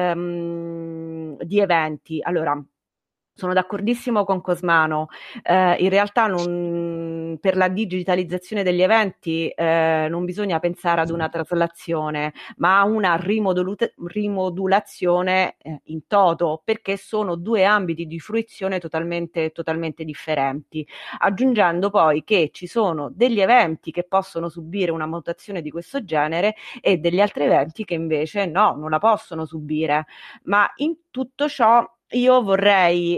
ehm, di eventi. Allora, sono d'accordissimo con Cosmano, eh, in realtà non, per la digitalizzazione degli eventi eh, non bisogna pensare ad una traslazione, ma a una rimodulu- rimodulazione eh, in toto, perché sono due ambiti di fruizione totalmente, totalmente differenti, aggiungendo poi che ci sono degli eventi che possono subire una mutazione di questo genere e degli altri eventi che invece no, non la possono subire, ma in tutto ciò io vorrei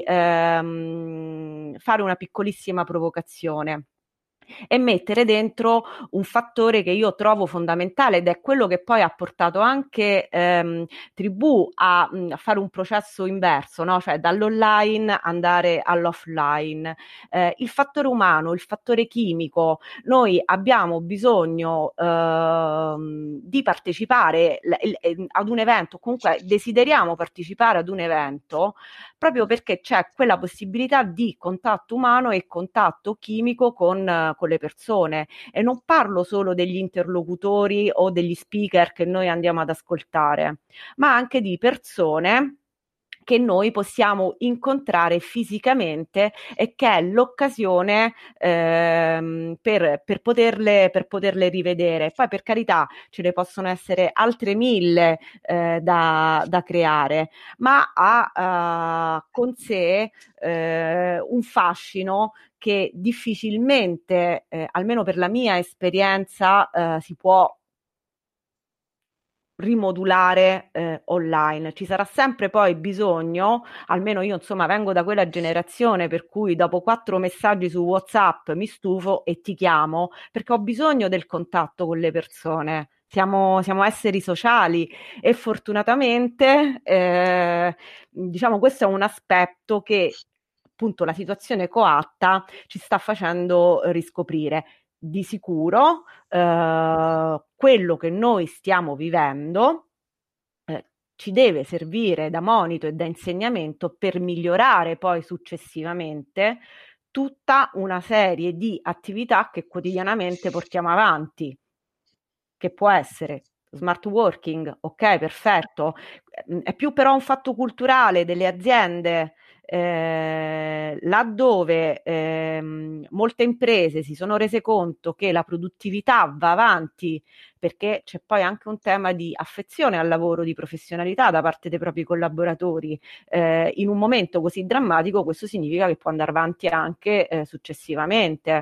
ehm, fare una piccolissima provocazione e mettere dentro un fattore che io trovo fondamentale, ed è quello che poi ha portato anche ehm, Tribù a, mh, a fare un processo inverso, no? Cioè dall'online andare all'offline. Eh, il fattore umano, il fattore chimico. Noi abbiamo bisogno ehm, di partecipare l- l- ad un evento, comunque desideriamo partecipare ad un evento proprio perché c'è quella possibilità di contatto umano e contatto chimico con con le persone, e non parlo solo degli interlocutori o degli speaker che noi andiamo ad ascoltare, ma anche di persone che noi possiamo incontrare fisicamente e che è l'occasione ehm, per, per, poterle, per poterle rivedere. Poi, per carità, ce ne possono essere altre mille eh, da, da creare, ma ha uh, con sé eh, un fascino che difficilmente, eh, almeno per la mia esperienza, eh, si può rimodulare eh, online. Ci sarà sempre poi bisogno, almeno io insomma vengo da quella generazione per cui dopo quattro messaggi su WhatsApp mi stufo e ti chiamo, perché ho bisogno del contatto con le persone. Siamo, siamo esseri sociali e fortunatamente eh, diciamo questo è un aspetto che appunto la situazione coatta ci sta facendo riscoprire. Di sicuro eh, quello che noi stiamo vivendo eh, ci deve servire da monito e da insegnamento per migliorare poi successivamente tutta una serie di attività che quotidianamente portiamo avanti, che può essere smart working, ok, perfetto, è più però un fatto culturale delle aziende. Eh, laddove ehm, molte imprese si sono rese conto che la produttività va avanti perché c'è poi anche un tema di affezione al lavoro, di professionalità da parte dei propri collaboratori, eh, in un momento così drammatico questo significa che può andare avanti anche eh, successivamente.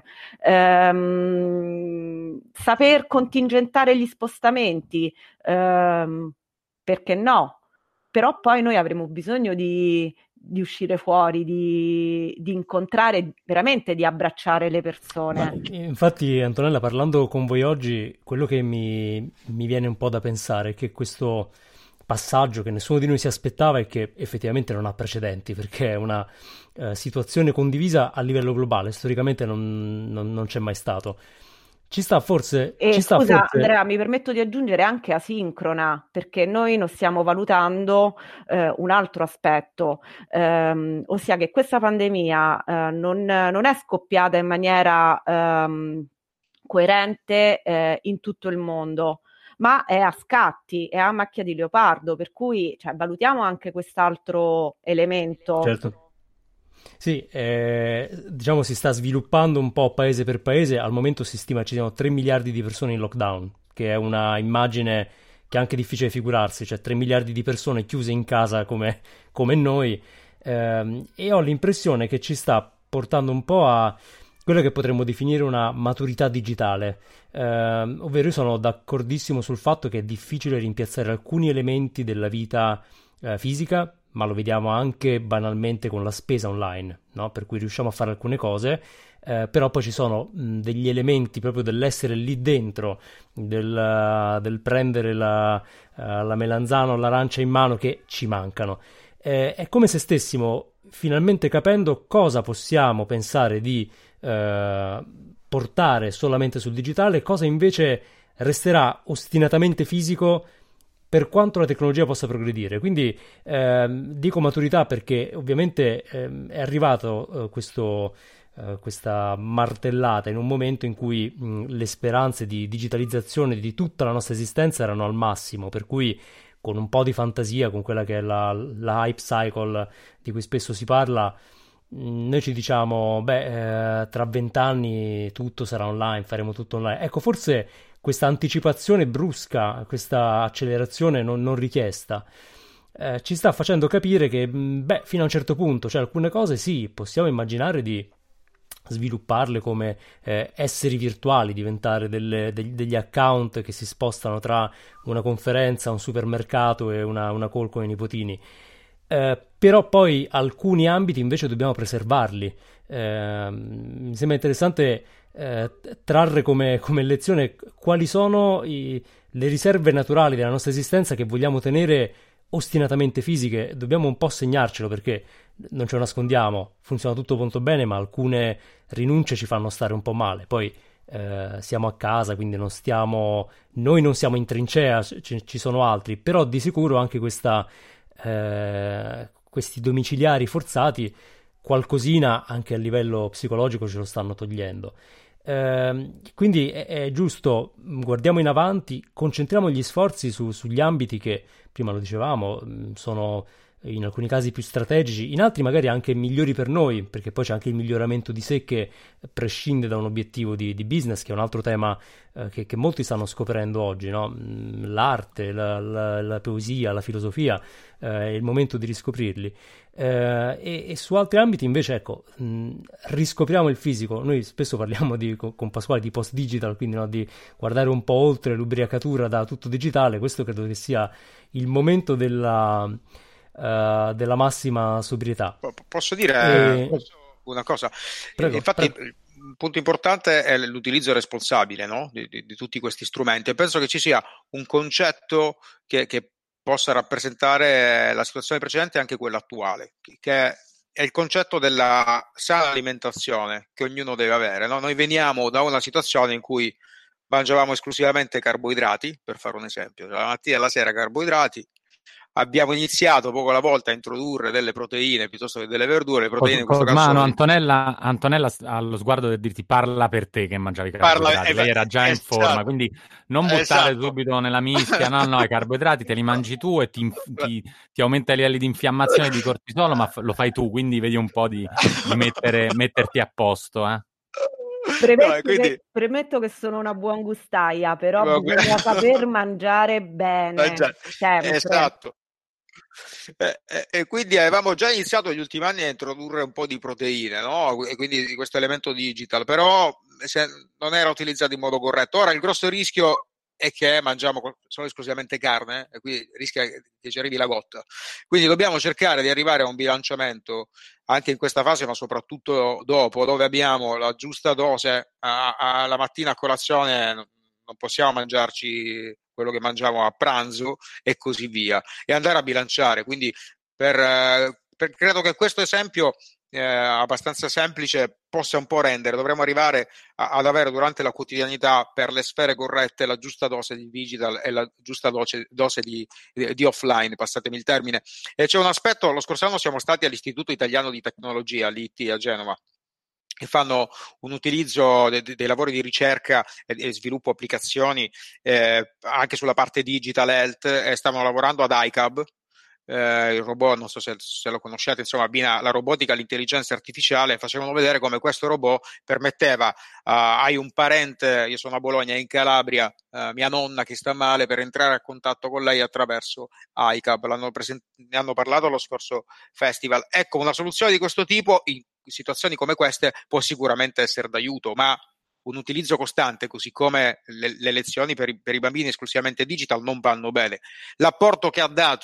Ehm, saper contingentare gli spostamenti, ehm, perché no? Però poi noi avremo bisogno di di uscire fuori, di, di incontrare, veramente di abbracciare le persone. Ma, infatti, Antonella, parlando con voi oggi, quello che mi, mi viene un po' da pensare è che questo passaggio che nessuno di noi si aspettava e che effettivamente non ha precedenti, perché è una uh, situazione condivisa a livello globale, storicamente non, non, non c'è mai stato. Ci sta forse... E ci sta scusa forse... Andrea, mi permetto di aggiungere anche asincrona, perché noi non stiamo valutando eh, un altro aspetto, ehm, ossia che questa pandemia eh, non, non è scoppiata in maniera ehm, coerente eh, in tutto il mondo, ma è a scatti, è a macchia di leopardo, per cui cioè, valutiamo anche quest'altro elemento. Certo. Sì, eh, diciamo si sta sviluppando un po' paese per paese, al momento si stima ci siano tre miliardi di persone in lockdown, che è una immagine che è anche difficile figurarsi, cioè tre miliardi di persone chiuse in casa come, come noi, ehm, e ho l'impressione che ci sta portando un po' a quello che potremmo definire una maturità digitale, ehm, ovvero io sono d'accordissimo sul fatto che è difficile rimpiazzare alcuni elementi della vita eh, fisica, ma lo vediamo anche banalmente con la spesa online, no? Per cui riusciamo a fare alcune cose, eh, però poi ci sono mh, degli elementi proprio dell'essere lì dentro, del, del prendere la, uh, la melanzana o l'arancia in mano, che ci mancano. Eh, è come se stessimo finalmente capendo cosa possiamo pensare di eh, portare solamente sul digitale, cosa invece resterà ostinatamente fisico per quanto la tecnologia possa progredire. Quindi ehm, dico maturità perché ovviamente ehm, è arrivato eh, questo, eh, questa martellata in un momento in cui mh, le speranze di digitalizzazione di tutta la nostra esistenza erano al massimo, per cui con un po' di fantasia, con quella che è la, la hype cycle di cui spesso si parla, mh, noi ci diciamo, beh, eh, tra vent'anni tutto sarà online, faremo tutto online. Ecco, forse questa anticipazione brusca, questa accelerazione non, non richiesta, eh, ci sta facendo capire che, beh, fino a un certo punto, cioè alcune cose sì, possiamo immaginare di svilupparle come eh, esseri virtuali, diventare delle, degli, degli account che si spostano tra una conferenza, un supermercato e una, una call con i nipotini. Eh, però poi alcuni ambiti invece dobbiamo preservarli. Eh, mi sembra interessante eh, trarre come, come lezione quali sono i, le riserve naturali della nostra esistenza che vogliamo tenere ostinatamente fisiche. Dobbiamo un po' segnarcelo, perché non ce lo nascondiamo, funziona tutto molto bene, ma alcune rinunce ci fanno stare un po' male. Poi eh, siamo a casa, quindi non stiamo, noi non siamo in trincea, c- ci sono altri, però di sicuro anche questa eh, questi domiciliari forzati qualcosina anche a livello psicologico ce lo stanno togliendo. Eh, quindi è, è giusto, guardiamo in avanti, concentriamo gli sforzi su, sugli ambiti che, prima lo dicevamo, sono in alcuni casi più strategici, in altri magari anche migliori per noi, perché poi c'è anche il miglioramento di sé che prescinde da un obiettivo di, di business, che è un altro tema eh, che, che molti stanno scoprendo oggi, no? L'arte, la, la, la poesia, la filosofia, eh, è il momento di riscoprirli. Eh, e, e su altri ambiti invece, ecco, mh, riscopriamo il fisico. Noi spesso parliamo di, con, con Pasquale di post digital, quindi no, di guardare un po' oltre l'ubriacatura da tutto digitale. Questo credo che sia il momento della Uh, della massima sobrietà. Posso dire e... una cosa? Prego, Infatti prego. Un punto importante è l'utilizzo responsabile, no? di, di, di tutti questi strumenti, e penso che ci sia un concetto che, che possa rappresentare la situazione precedente e anche quella attuale, che è il concetto della sana alimentazione che ognuno deve avere, no? Noi veniamo da una situazione in cui mangiavamo esclusivamente carboidrati, per fare un esempio, la mattina e la sera carboidrati. Abbiamo iniziato poco alla volta a introdurre delle proteine piuttosto che delle verdure. Le proteine in questo Cosmano, caso sono... Antonella, Antonella ha lo sguardo per dirti parla per te che mangiavi carboidrati. Parla, Lei era già in esatto, forma, quindi non buttare esatto. subito nella mischia. No, no, i carboidrati te li mangi tu e ti, ti, ti aumenta i livelli di infiammazione e di cortisolo, ma f- lo fai tu, quindi vedi un po' di, di mettere, metterti a posto, eh. Premetto, No, quindi... che, premetto che sono una buon gustaia, però no, bisogna saper mangiare bene, sempre. Esatto. E, e, e quindi avevamo già iniziato negli ultimi anni a introdurre un po' di proteine, no? E quindi di questo elemento digital, però se non era utilizzato in modo corretto. Ora il grosso rischio è che mangiamo solo esclusivamente carne e quindi rischia che ci arrivi la gotta. Quindi dobbiamo cercare di arrivare a un bilanciamento anche in questa fase, ma soprattutto dopo, dove abbiamo la giusta dose. Alla mattina a colazione non possiamo mangiarci quello che mangiamo a pranzo e così via, e andare a bilanciare. Quindi per, per, credo che questo esempio eh, abbastanza semplice possa un po' rendere, dovremmo arrivare a, ad avere durante la quotidianità, per le sfere corrette, la giusta dose di digital e la giusta dose, dose di, di, di offline, passatemi il termine. E c'è un aspetto: lo scorso anno siamo stati all'Istituto Italiano di Tecnologia, l'I T a Genova, che fanno un utilizzo de- de- dei lavori di ricerca e, e sviluppo applicazioni eh, anche sulla parte digital health, e stavano lavorando ad I C A B, eh, il robot, non so se, se lo conoscete, insomma abbina la robotica all'intelligenza artificiale. Facevano vedere come questo robot permetteva, uh, hai un parente, io sono a Bologna, in Calabria, uh, mia nonna che sta male, per entrare a contatto con lei attraverso I C A B. L'hanno present- ne hanno parlato allo scorso festival. Ecco, una soluzione di questo tipo in situazioni come queste può sicuramente essere d'aiuto, ma un utilizzo costante, così come le, le lezioni per i, per i bambini esclusivamente digital, non vanno bene. L'apporto che ha dato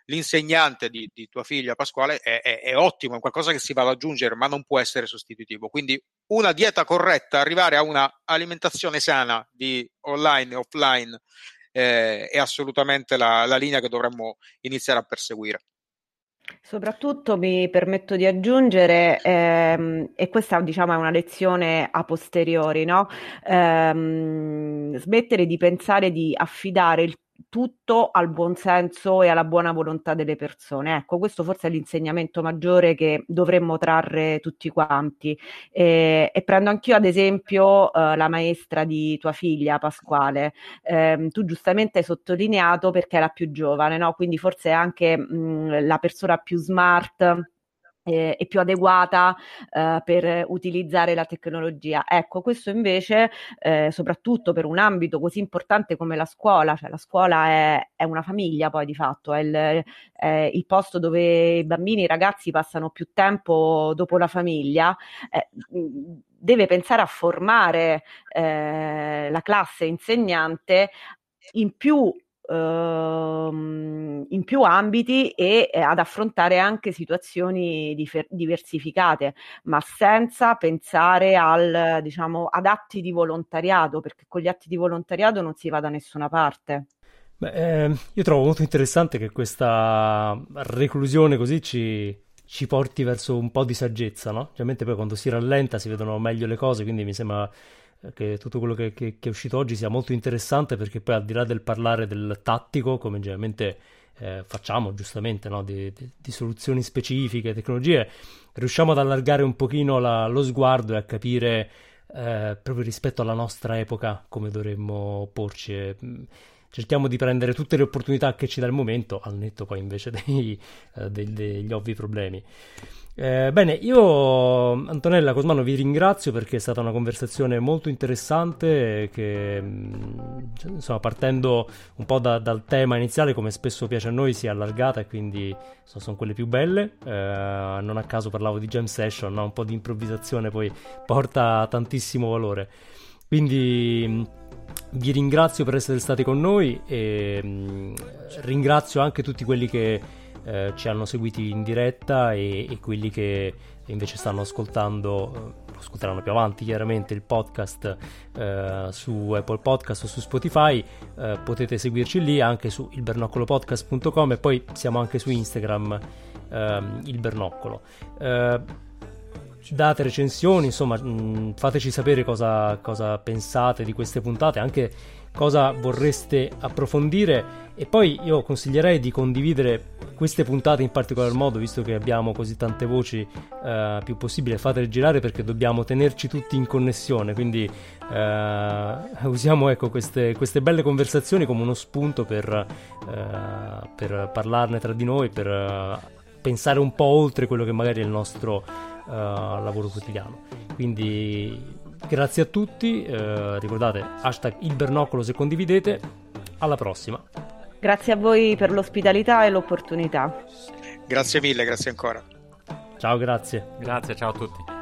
l'insegnante di, di tua figlia Pasquale è, è, è ottimo, è qualcosa che si va ad aggiungere, ma non può essere sostitutivo. Quindi una dieta corretta, arrivare a una alimentazione sana di online e offline eh, è assolutamente la, la linea che dovremmo iniziare a perseguire. Soprattutto mi permetto di aggiungere, ehm, e questa diciamo è una lezione a posteriori, no? Ehm, smettere di pensare di affidare il tutto al buon senso e alla buona volontà delle persone. Ecco, questo forse è l'insegnamento maggiore che dovremmo trarre tutti quanti. E, e prendo anch'io ad esempio eh, la maestra di tua figlia, Pasquale. Eh, tu giustamente hai sottolineato perché è la più giovane, no? Quindi forse è anche mh, la persona più smart e più adeguata eh, per utilizzare la tecnologia. Ecco, questo invece, eh, soprattutto per un ambito così importante come la scuola, cioè la scuola è, è una famiglia poi di fatto, è il, è il posto dove i bambini e i ragazzi passano più tempo dopo la famiglia, eh, deve pensare a formare eh, la classe insegnante in più in più ambiti e eh, ad affrontare anche situazioni difer- diversificate, ma senza pensare al, diciamo, ad atti di volontariato, perché con gli atti di volontariato non si va da nessuna parte. Beh, eh, io trovo molto interessante che questa reclusione così ci, ci porti verso un po' di saggezza, no? Ovviamente poi quando si rallenta si vedono meglio le cose, quindi mi sembra che tutto quello che, che, che è uscito oggi sia molto interessante, perché poi al di là del parlare del tattico, come generalmente eh, facciamo giustamente, no? di, di, di soluzioni specifiche, tecnologie, riusciamo ad allargare un pochino la, lo sguardo e a capire eh, proprio rispetto alla nostra epoca come dovremmo porci. E, cerchiamo di prendere tutte le opportunità che ci dà il momento, al netto poi invece dei, eh, dei, degli ovvi problemi. Eh, bene, io Antonella, Cosmano, vi ringrazio perché è stata una conversazione molto interessante che, insomma, partendo un po' da, dal tema iniziale, come spesso piace a noi, si è allargata e quindi so, sono quelle più belle. Eh, non a caso parlavo di jam session, no? Un po' di improvvisazione poi porta tantissimo valore. Quindi vi ringrazio per essere stati con noi e mh, ringrazio anche tutti quelli che eh, ci hanno seguiti in diretta e, e quelli che invece stanno ascoltando, eh, ascolteranno più avanti chiaramente il podcast eh, su Apple Podcast o su Spotify. Eh, potete seguirci lì, anche su il bernoccolo podcast punto com, e poi siamo anche su Instagram, eh, il Bernoccolo. Eh, date recensioni, insomma, mh, fateci sapere cosa, cosa pensate di queste puntate, anche cosa vorreste approfondire, e poi io consiglierei di condividere queste puntate in particolar modo, visto che abbiamo così tante voci, eh, più possibile fatele girare, perché dobbiamo tenerci tutti in connessione, quindi eh, usiamo ecco queste, queste belle conversazioni come uno spunto per, eh, per parlarne tra di noi, per eh, pensare un po' oltre quello che magari è il nostro Uh, lavoro quotidiano. Quindi grazie a tutti, uh, ricordate hashtag il Bernoccolo se condividete. Alla prossima. Grazie a voi per l'ospitalità e l'opportunità. Grazie mille, grazie ancora. Ciao, grazie. Grazie, ciao a tutti.